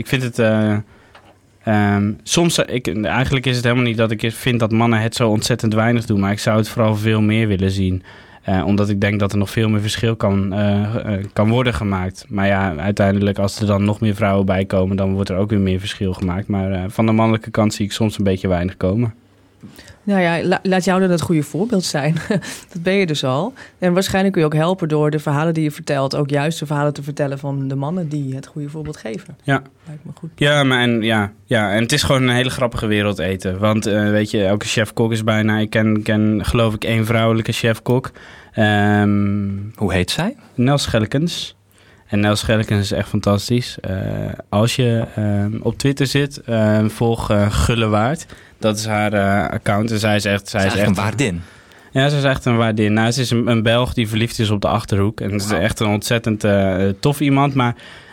soms... Eigenlijk is het helemaal niet dat ik vind dat mannen het zo ontzettend weinig doen. Maar ik zou het vooral veel meer willen zien. Omdat ik denk dat er nog veel meer verschil kan worden gemaakt. Maar ja, uiteindelijk als er dan nog meer vrouwen bij komen, dan wordt er ook weer meer verschil gemaakt. Maar van de mannelijke kant zie ik soms een beetje weinig komen. Nou ja, laat jou dan het goede voorbeeld zijn. Dat ben je dus al. En waarschijnlijk kun je ook helpen door de verhalen die je vertelt, ook juist de verhalen te vertellen van de mannen die het goede voorbeeld geven. Ja. Lijkt me goed. Ja, en het is gewoon een hele grappige wereld eten. Want weet je, elke chef-kok is bijna... Ik ken geloof ik 1 vrouwelijke chef-kok. Hoe heet zij? Nels Schellekens. En Nels Schellekens is echt fantastisch. Als je op Twitter zit, volg Gullewaard. Dat is haar account. En zij is echt een waardin. Ja, ze is echt een waardin. Nou, ze is een Belg die verliefd is op de Achterhoek. En ze is echt een ontzettend tof iemand. Maar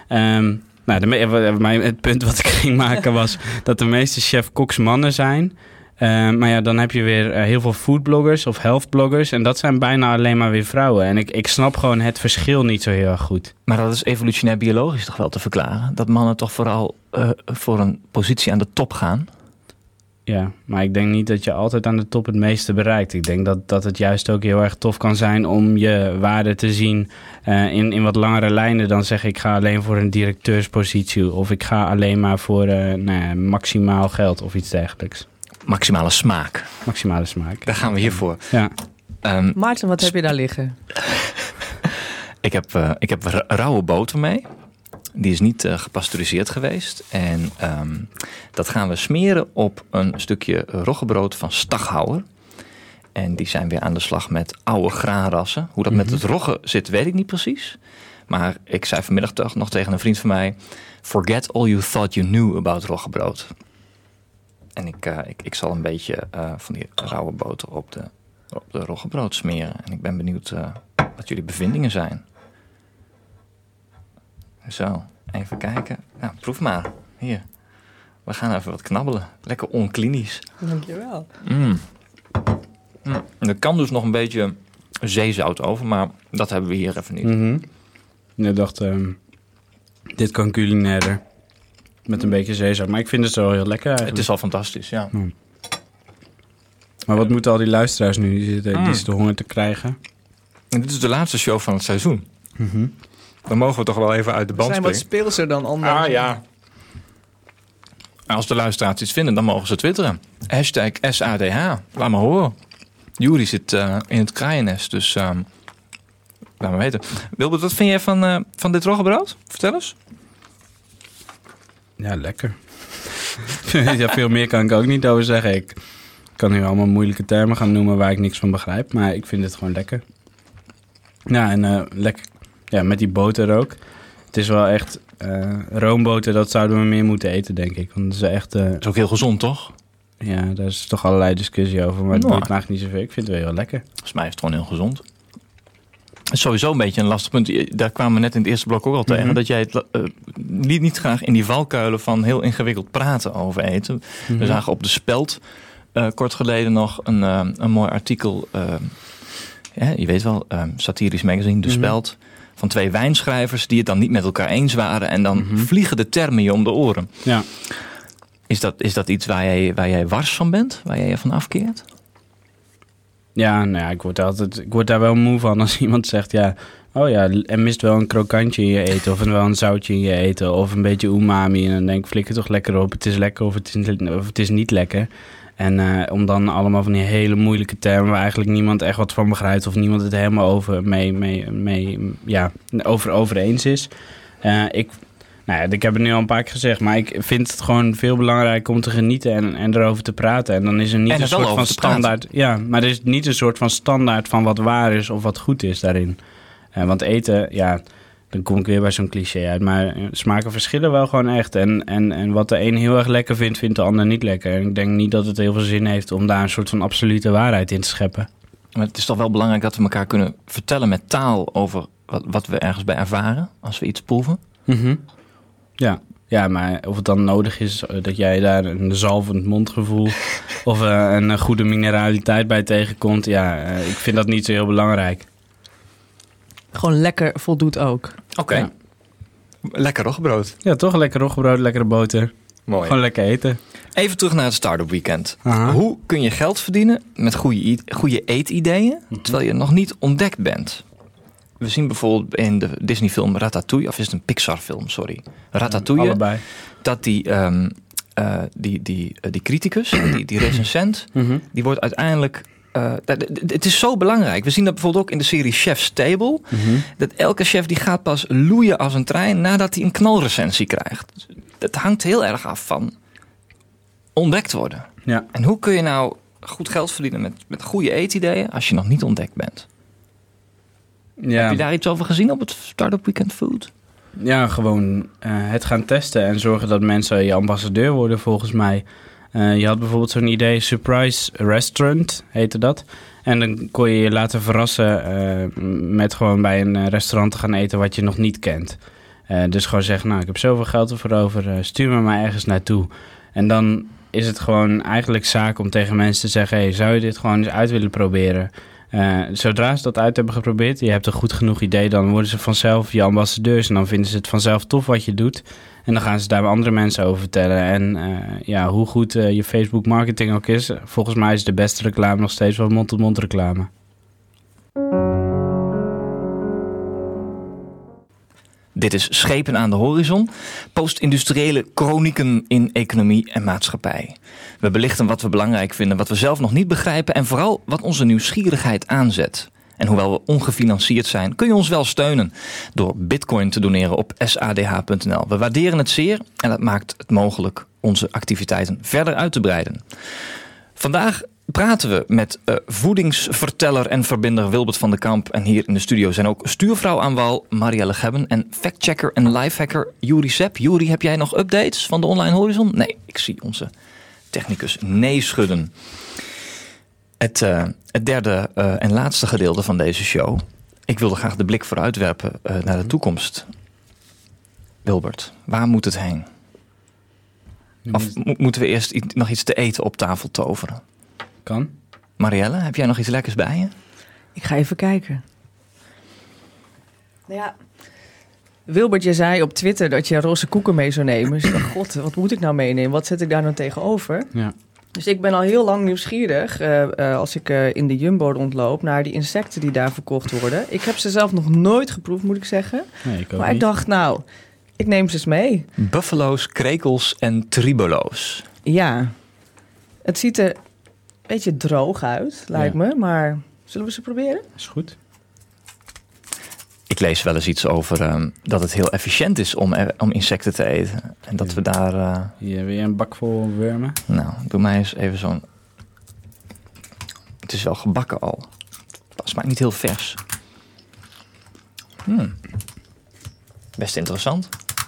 het punt wat ik ging maken was dat de meeste chef-koks mannen zijn. Maar ja, dan heb je weer heel veel foodbloggers of healthbloggers. En dat zijn bijna alleen maar weer vrouwen. En ik snap gewoon het verschil niet zo heel erg goed. Maar dat is evolutionair biologisch toch wel te verklaren? Dat mannen toch vooral voor een positie aan de top gaan? Ja, maar ik denk niet dat je altijd aan de top het meeste bereikt. Ik denk dat het juist ook heel erg tof kan zijn om je waarde te zien in wat langere lijnen. Dan zeg ik ga alleen voor een directeurspositie of ik ga alleen maar voor maximaal geld of iets dergelijks. Maximale smaak. Maximale smaak. Daar gaan we hiervoor. Ja. Maarten, wat heb je daar liggen? Ik heb rauwe boter mee. Die is niet gepasteuriseerd geweest. En dat gaan we smeren op een stukje roggebrood van Staghouwer. En die zijn weer aan de slag met oude graanrassen. Hoe dat met het rogge zit, weet ik niet precies. Maar ik zei vanmiddag toch nog tegen een vriend van mij: forget all you thought you knew about roggebrood. En ik zal een beetje van die rauwe boter op de roggebrood smeren. En ik ben benieuwd wat jullie bevindingen zijn. Zo, even kijken. Nou, proef maar. Hier. We gaan even wat knabbelen. Lekker onklinisch. Dankjewel. Er kan dus nog een beetje zeezout over, maar dat hebben we hier even niet. Mm-hmm. Ik dacht, dit kan culinairder. Met een beetje zeezout. Maar ik vind het wel heel lekker eigenlijk. Het is al fantastisch, ja. Maar wat moeten al die luisteraars nu die zitten de honger te krijgen? En dit is de laatste show van het seizoen. Mm-hmm. Dan mogen we toch wel even uit de band springen. Zijn wat speelser dan anders. Ah ja. Als de luisteraars iets vinden, dan mogen ze twitteren. #SADH. Laat maar horen. Juri zit in het kraaiennest, dus laat maar weten. Wilbert, wat vind jij van dit roggebrood? Vertel eens. Ja, lekker. Ja, veel meer kan ik ook niet over zeggen. Ik kan nu allemaal moeilijke termen gaan noemen waar ik niks van begrijp. Maar ik vind het gewoon lekker. Ja, en lekker. Ja, met die boter ook. Het is wel echt... roomboter, dat zouden we meer moeten eten, denk ik. Want het is echt... Dat is ook heel gezond, toch? Ja, daar is toch allerlei discussie over. Maar het boeit me eigenlijk niet zoveel. Ik vind het wel heel lekker. Volgens mij is het gewoon heel gezond. Het is sowieso een beetje een lastig punt. Daar kwamen we net in het eerste blok ook al tegen. Dat jij het niet graag in die valkuilen van heel ingewikkeld praten over eten. We zagen op de Speld kort geleden nog een mooi artikel. Je weet wel, satirisch magazine, de Speld. Van 2 wijnschrijvers die het dan niet met elkaar eens waren. En dan vliegen de termen je om de oren. Ja. Is dat iets waar jij wars van bent? Waar jij je van afkeert? Ja, nou ja, ik word daar wel moe van als iemand zegt... ja, oh ja, er mist wel een krokantje in je eten... of wel een zoutje in je eten... of een beetje umami. En dan denk ik, flikker toch lekker op. Het is lekker of het is niet lekker. En om dan allemaal van die hele moeilijke termen... waar eigenlijk niemand echt wat van begrijpt... of niemand het helemaal over eens is. Ik heb het nu al een paar keer gezegd... maar ik vind het gewoon veel belangrijk om te genieten... en erover te praten. En dan is er niet een soort van standaard... Ja, maar er is niet een soort van standaard... van wat waar is of wat goed is daarin. Want eten, ja... dan kom ik weer bij zo'n cliché uit. Maar smaken verschillen wel gewoon echt. En wat de een heel erg lekker vindt... vindt de ander niet lekker. En ik denk niet dat het heel veel zin heeft... om daar een soort van absolute waarheid in te scheppen. Maar het is toch wel belangrijk dat we elkaar kunnen vertellen met taal... over wat we ergens bij ervaren... als we iets proeven? Ja, maar of het dan nodig is dat jij daar een zalvend mondgevoel... of een goede mineraliteit bij tegenkomt... ik vind dat niet zo heel belangrijk. Gewoon lekker voldoet ook. Oké. Ja. Lekker roggebrood. Ja, toch lekker roggebrood, lekkere boter. Mooi. Gewoon lekker eten. Even terug naar het Startup Weekend. Aha. Hoe kun je geld verdienen met goede eetideeën... terwijl je nog niet ontdekt bent? We zien bijvoorbeeld in de Disney-film Ratatouille... of is het een Pixar-film, sorry. Ratatouille. Allebei. Dat die criticus, die recensent... die wordt uiteindelijk... het is zo belangrijk. We zien dat bijvoorbeeld ook in de serie Chef's Table. Dat elke chef die gaat pas loeien als een trein... nadat hij een knalrecensie krijgt. Dat hangt heel erg af van ontdekt worden. Ja. En hoe kun je nou goed geld verdienen met goede eetideeën... als je nog niet ontdekt bent? Ja. Heb je daar iets over gezien op het Startup Weekend Food? Ja, gewoon het gaan testen en zorgen dat mensen je ambassadeur worden volgens mij. Je had bijvoorbeeld zo'n idee, Surprise Restaurant heette dat. En dan kon je je laten verrassen met gewoon bij een restaurant te gaan eten wat je nog niet kent. Dus gewoon zeggen, nou ik heb zoveel geld ervoor over, stuur me maar ergens naartoe. En dan is het gewoon eigenlijk zaak om tegen mensen te zeggen... hey, zou je dit gewoon eens uit willen proberen? Zodra ze dat uit hebben geprobeerd, je hebt een goed genoeg idee... dan worden ze vanzelf je ambassadeurs en dan vinden ze het vanzelf tof wat je doet. En dan gaan ze daar bij andere mensen over vertellen. En hoe goed je Facebook marketing ook is... volgens mij is de beste reclame nog steeds wel mond-tot-mond reclame. Dit is Schepen aan de Horizon, post-industriële chronieken in economie en maatschappij. We belichten wat we belangrijk vinden, wat we zelf nog niet begrijpen... en vooral wat onze nieuwsgierigheid aanzet. En hoewel we ongefinancierd zijn, kun je ons wel steunen... door Bitcoin te doneren op sadh.nl. We waarderen het zeer en dat maakt het mogelijk onze activiteiten verder uit te breiden. Vandaag praten we met voedingsverteller en verbinder Wilbert van den Kamp. En hier in de studio zijn ook stuurvrouw aan wal Marielle Gebben... en factchecker en lifehacker Juri Sepp. Juri, heb jij nog updates van de Online Horizon? Nee, ik zie onze technicus nee schudden. Het derde en laatste gedeelte van deze show. Ik wilde graag de blik vooruitwerpen naar de toekomst. Wilbert, waar moet het heen? Of moeten we eerst nog iets te eten op tafel toveren? Kan. Marielle, heb jij nog iets lekkers bij je? Ik ga even kijken. Nou ja, Wilbert, je zei op Twitter dat je roze koeken mee zou nemen. Dus ik dacht, god, wat moet ik nou meenemen? Wat zet ik daar nou tegenover? Ja. Dus ik ben al heel lang nieuwsgierig, als ik in de Jumbo rondloop... naar die insecten die daar verkocht worden. Ik heb ze zelf nog nooit geproefd, moet ik zeggen. Nee, ik ook maar niet. ik dacht, nou, ik neem ze eens mee. Buffalo's, krekels en tribolo's. Ja, het ziet er een beetje droog uit, lijkt me. Maar zullen we ze proberen? Is goed. Ik lees wel eens iets over dat het heel efficiënt is om insecten te eten. En dat we daar... Hier weer een bak vol wormen. Nou, doe mij eens even zo'n... Het is wel gebakken al. Het smaakt niet heel vers. Best interessant.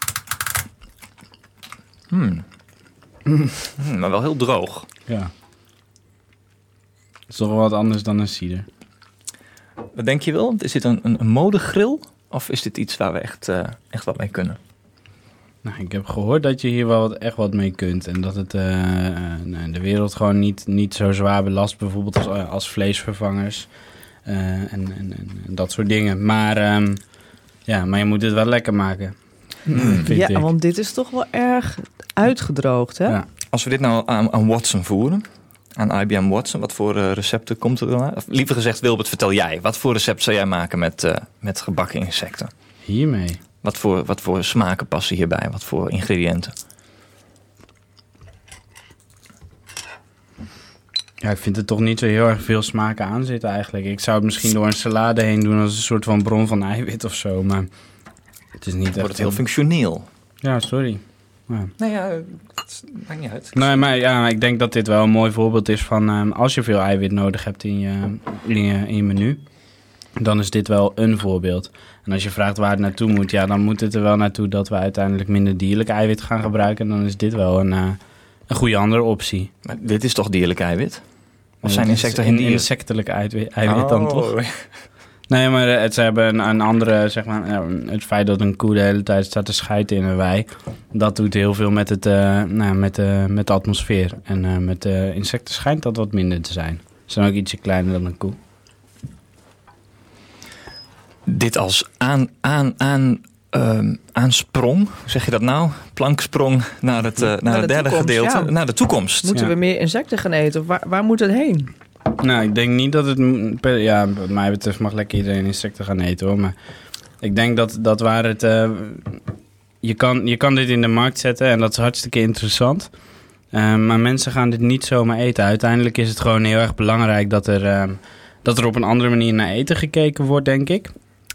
Maar wel heel droog. Ja. Het is toch wel wat anders dan een cider. Wat denk je wel? Is dit een modegril? Of is dit iets waar we echt wat mee kunnen? Nou, ik heb gehoord dat je hier wel echt wat mee kunt. En dat het de wereld gewoon niet zo zwaar belast. Bijvoorbeeld als vleesvervangers. En dat soort dingen. Maar maar je moet het wel lekker maken. Ja, want dit is toch wel erg uitgedroogd, hè? Ja. Als we dit nou aan Watson voeren... Aan IBM Watson, wat voor recepten komt er dan uit? Of liever gezegd, Wilbert, vertel jij. Wat voor recept zou jij maken met gebakken insecten? Hiermee? Wat voor smaken passen hierbij? Wat voor ingrediënten? Ja, ik vind er toch niet zo heel erg veel smaken aan zitten eigenlijk. Ik zou het misschien door een salade heen doen als een soort van bron van eiwit of zo. Maar het is niet echt... Wordt het heel functioneel? Ja, sorry. Ja. Nou ja, het maakt niet uit. Nee, maar ja, ik denk dat dit wel een mooi voorbeeld is van... als je veel eiwit nodig hebt in je menu... dan is dit wel een voorbeeld. En als je vraagt waar het naartoe moet... ja, dan moet het er wel naartoe dat we uiteindelijk minder dierlijk eiwit gaan gebruiken. En dan is dit wel een goede andere optie. Maar dit is toch dierlijk eiwit? Of zijn insecten geen dieren? Insectelijk eiwit dan toch? Nee, maar ze hebben een andere, zeg maar... het feit dat een koe de hele tijd staat te schijten in een wei... dat doet heel veel met de atmosfeer. En met insecten schijnt dat wat minder te zijn. Ze zijn ook ietsje kleiner dan een koe. Dit als aansprong, zeg je dat nou? Planksprong naar het derde gedeelte, ja. naar de toekomst. Moeten we meer insecten gaan eten? Of waar moet het heen? Nou, ik denk niet dat het... Ja, wat mij betreft mag lekker iedereen insecten gaan eten, hoor. Maar ik denk dat waar het... Je kan dit in de markt zetten en dat is hartstikke interessant. Maar mensen gaan dit niet zomaar eten. Uiteindelijk is het gewoon heel erg belangrijk dat er op een andere manier naar eten gekeken wordt, denk ik.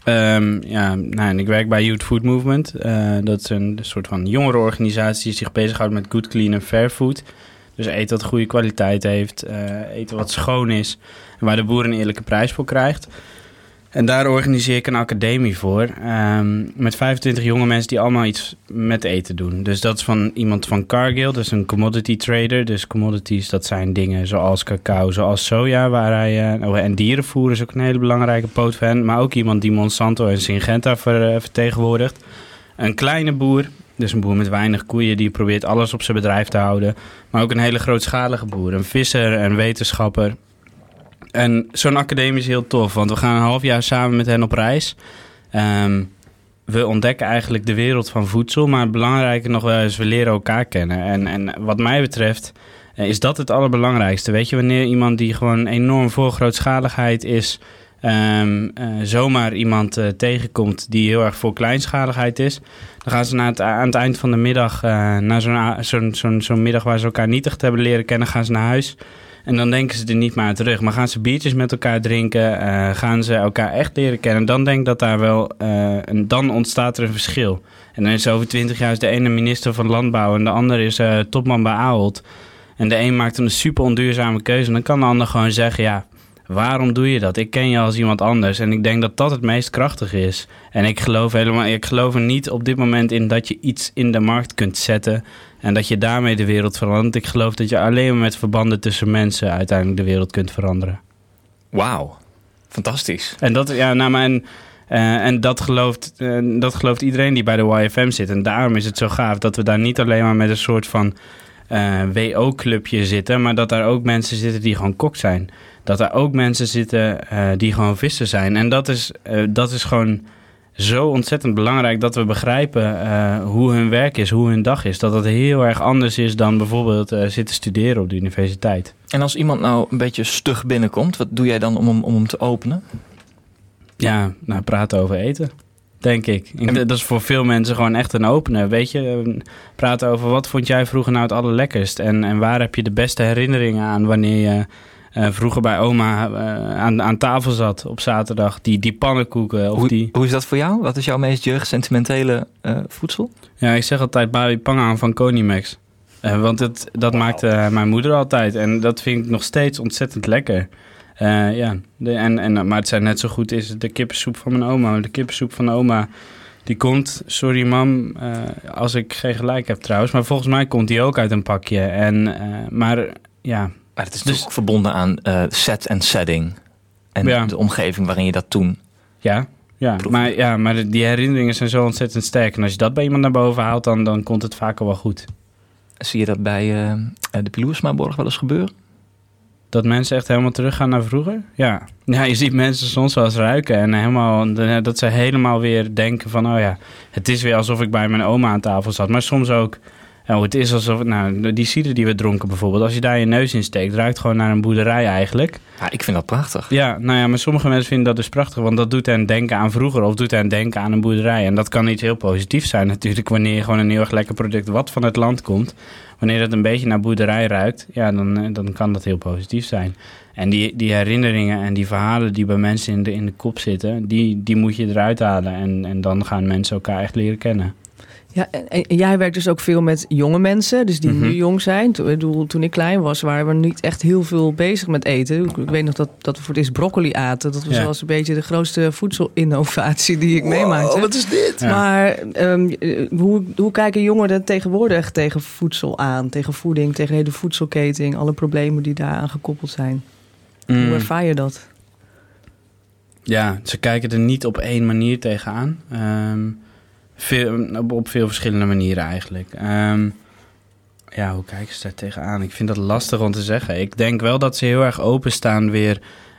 En ik werk bij Youth Food Movement. Dat is een soort van jongerenorganisatie die zich bezighoudt met good, clean en fair food. Dus eten wat goede kwaliteit heeft, eten wat schoon is en waar de boer een eerlijke prijs voor krijgt. En daar organiseer ik een academie voor met 25 jonge mensen die allemaal iets met eten doen. Dus dat is van iemand van Cargill, dat is een commodity trader. Dus commodities, dat zijn dingen zoals cacao, zoals soja. En dierenvoer is ook een hele belangrijke poot van hen. Maar ook iemand die Monsanto en Syngenta vertegenwoordigt. Een kleine boer, dus een boer met weinig koeien die probeert alles op zijn bedrijf te houden. Maar ook een hele grootschalige boer, een visser, een wetenschapper. En zo'n academie is heel tof, want we gaan een half jaar samen met hen op reis. We ontdekken eigenlijk de wereld van voedsel, maar het belangrijke nog wel is, we leren elkaar kennen. En wat mij betreft is dat het allerbelangrijkste. Weet je, wanneer iemand die gewoon enorm voor grootschaligheid is, zomaar iemand tegenkomt die heel erg voor kleinschaligheid is, dan gaan ze aan het eind van de middag, na zo'n middag waar ze elkaar nietig hebben leren kennen, gaan ze naar huis. En dan denken ze er niet meer aan terug. Maar gaan ze biertjes met elkaar drinken, gaan ze elkaar echt leren kennen, dan denk ik dat daar wel, dan ontstaat er een verschil. En dan is over 20 jaar is de ene minister van Landbouw en de ander is topman bij Ahold. En de een maakt een super onduurzame keuze en dan kan de ander gewoon zeggen, ja, waarom doe je dat? Ik ken je als iemand anders. En ik denk dat dat het meest krachtig is. En ik geloof er niet op dit moment in dat je iets in de markt kunt zetten en dat je daarmee de wereld verandert. Ik geloof dat je alleen maar met verbanden tussen mensen uiteindelijk de wereld kunt veranderen. Wauw, fantastisch. En dat gelooft iedereen die bij de YFM zit. En daarom is het zo gaaf dat we daar niet alleen maar met een soort van WO-clubje zitten, maar dat daar ook mensen zitten die gewoon kok zijn. Dat er ook mensen zitten die gewoon visser zijn. En dat is gewoon zo ontzettend belangrijk dat we begrijpen hoe hun werk is, hoe hun dag is. Dat dat heel erg anders is dan bijvoorbeeld zitten studeren op de universiteit. En als iemand nou een beetje stug binnenkomt, wat doe jij dan om hem te openen? Ja, praten over eten, denk ik. Dat is voor veel mensen gewoon echt een opener. Weet je, praten over wat vond jij vroeger nou het allerlekkerst? En waar heb je de beste herinneringen aan wanneer je vroeger bij oma aan tafel zat op zaterdag. Die pannenkoeken. Hoe is dat voor jou? Wat is jouw meest jeugdsentimentele voedsel? Ja, ik zeg altijd babi pangaan van Konimax. Want dat maakte mijn moeder altijd. En dat vind ik nog steeds ontzettend lekker. Maar het zijn net zo goed is de kippensoep van mijn oma. De kippensoep van oma, die komt, sorry mam, als ik geen gelijk heb trouwens. Maar volgens mij komt die ook uit een pakje. Maar het is dus verbonden aan set en setting. En de omgeving waarin je dat toen... Maar die herinneringen zijn zo ontzettend sterk. En als je dat bij iemand naar boven haalt, dan komt het vaak al wel goed. Zie je dat bij de Piloersmaborg wel eens gebeuren? Dat mensen echt helemaal teruggaan naar vroeger? Ja, je ziet mensen soms wel eens ruiken. En dat ze helemaal weer denken van... het is weer alsof ik bij mijn oma aan tafel zat. Maar soms ook... het is alsof... die cider die we dronken bijvoorbeeld... als je daar je neus in steekt... ruikt gewoon naar een boerderij eigenlijk. Ja, ik vind dat prachtig. Ja, maar sommige mensen vinden dat dus prachtig... want dat doet hen denken aan vroeger... of doet hen denken aan een boerderij. En dat kan iets heel positiefs zijn natuurlijk... wanneer je gewoon een heel erg lekker product... wat van het land komt... wanneer dat een beetje naar boerderij ruikt... dan kan dat heel positief zijn. En die herinneringen en die verhalen... die bij mensen in de kop zitten... die moet je eruit halen. En dan gaan mensen elkaar echt leren kennen. Ja, en jij werkt dus ook veel met jonge mensen, dus die nu jong zijn. Toen ik klein was, waren we niet echt heel veel bezig met eten. Ik weet nog dat we voor het eerst broccoli aten. Dat was zelfs een beetje de grootste voedselinnovatie die ik meemaakte. Wat is dit? Ja. Maar hoe kijken jongeren tegenwoordig tegen voedsel aan? Tegen voeding, tegen de hele voedselketen, alle problemen die daaraan gekoppeld zijn. Hoe ervaar je dat? Ja, ze kijken er niet op één manier tegenaan. Op veel verschillende manieren eigenlijk. Hoe kijken ze daar tegenaan? Ik vind dat lastig om te zeggen. Ik denk wel dat ze heel erg openstaan weer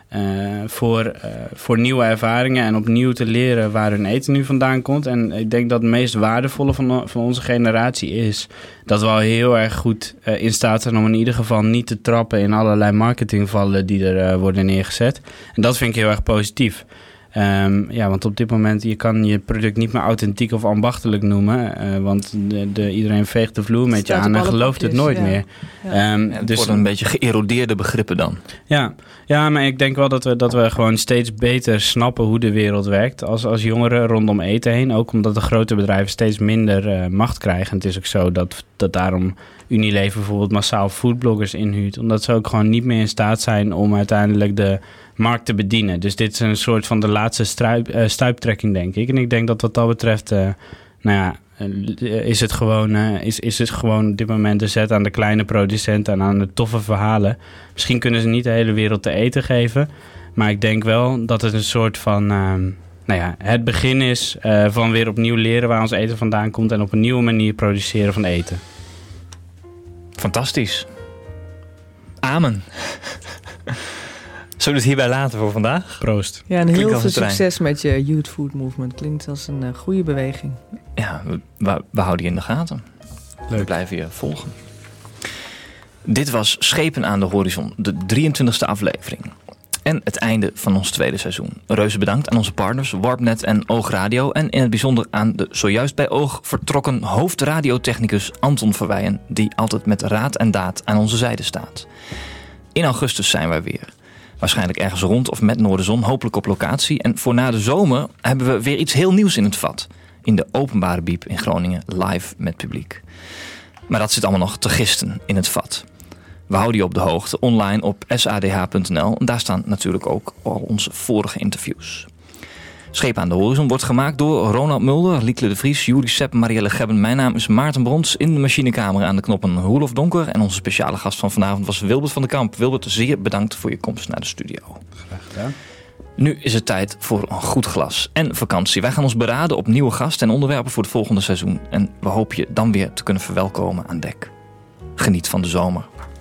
voor nieuwe ervaringen... en opnieuw te leren waar hun eten nu vandaan komt. En ik denk dat het meest waardevolle van onze generatie is... dat we al heel erg goed in staat zijn om in ieder geval niet te trappen... in allerlei marketingvallen die er worden neergezet. En dat vind ik heel erg positief. Want op dit moment, je kan je product niet meer authentiek of ambachtelijk noemen. Want iedereen veegt de vloer met je aan en gelooft het nooit meer. Ja. Het dus worden een beetje geërodeerde begrippen dan. Ja, maar ik denk wel dat we gewoon steeds beter snappen hoe de wereld werkt. Als jongeren rondom eten heen. Ook omdat de grote bedrijven steeds minder macht krijgen. En het is ook zo dat daarom Unilever bijvoorbeeld massaal foodbloggers inhuurt. Omdat ze ook gewoon niet meer in staat zijn om uiteindelijk de markt te bedienen. Dus dit is een soort van de laatste stuiptrekking, denk ik. En ik denk dat wat dat betreft, is het gewoon op dit moment de zet aan de kleine producenten en aan de toffe verhalen. Misschien kunnen ze niet de hele wereld te eten geven, maar ik denk wel dat het een soort van, het begin is van weer opnieuw leren waar ons eten vandaan komt en op een nieuwe manier produceren van eten. Fantastisch. Amen. Zullen we het hierbij laten voor vandaag? Proost. Ja, en heel veel succes met je Youth Food Movement. Klinkt als een goede beweging. Ja, we houden je in de gaten. Leuk. We blijven je volgen. Dit was Schepen aan de Horizon, de 23e aflevering. En het einde van ons tweede seizoen. Reuze bedankt aan onze partners Warpnet en Oog Radio. En in het bijzonder aan de zojuist bij Oog vertrokken hoofdradiotechnicus Anton Verweijen, die altijd met raad en daad aan onze zijde staat. In augustus zijn wij weer. Waarschijnlijk ergens rond of met Noorderzon, hopelijk op locatie. En voor na de zomer hebben we weer iets heel nieuws in het vat. In de openbare biep in Groningen, live met publiek. Maar dat zit allemaal nog te gisten in het vat. We houden je op de hoogte online op sadh.nl. En daar staan natuurlijk ook al onze vorige interviews. Schepen aan de Horizon wordt gemaakt door Ronald Mulder, Liekle de Vries, Juri Sepp, Marielle Gebben. Mijn naam is Maarten Brons. In de machinekamer aan de knoppen Roelof Donker. En onze speciale gast van vanavond was Wilbert van den Kamp. Wilbert, zeer bedankt voor je komst naar de studio. Graag gedaan. Nu is het tijd voor een goed glas en vakantie. Wij gaan ons beraden op nieuwe gasten en onderwerpen voor het volgende seizoen. En we hopen je dan weer te kunnen verwelkomen aan dek. Geniet van de zomer.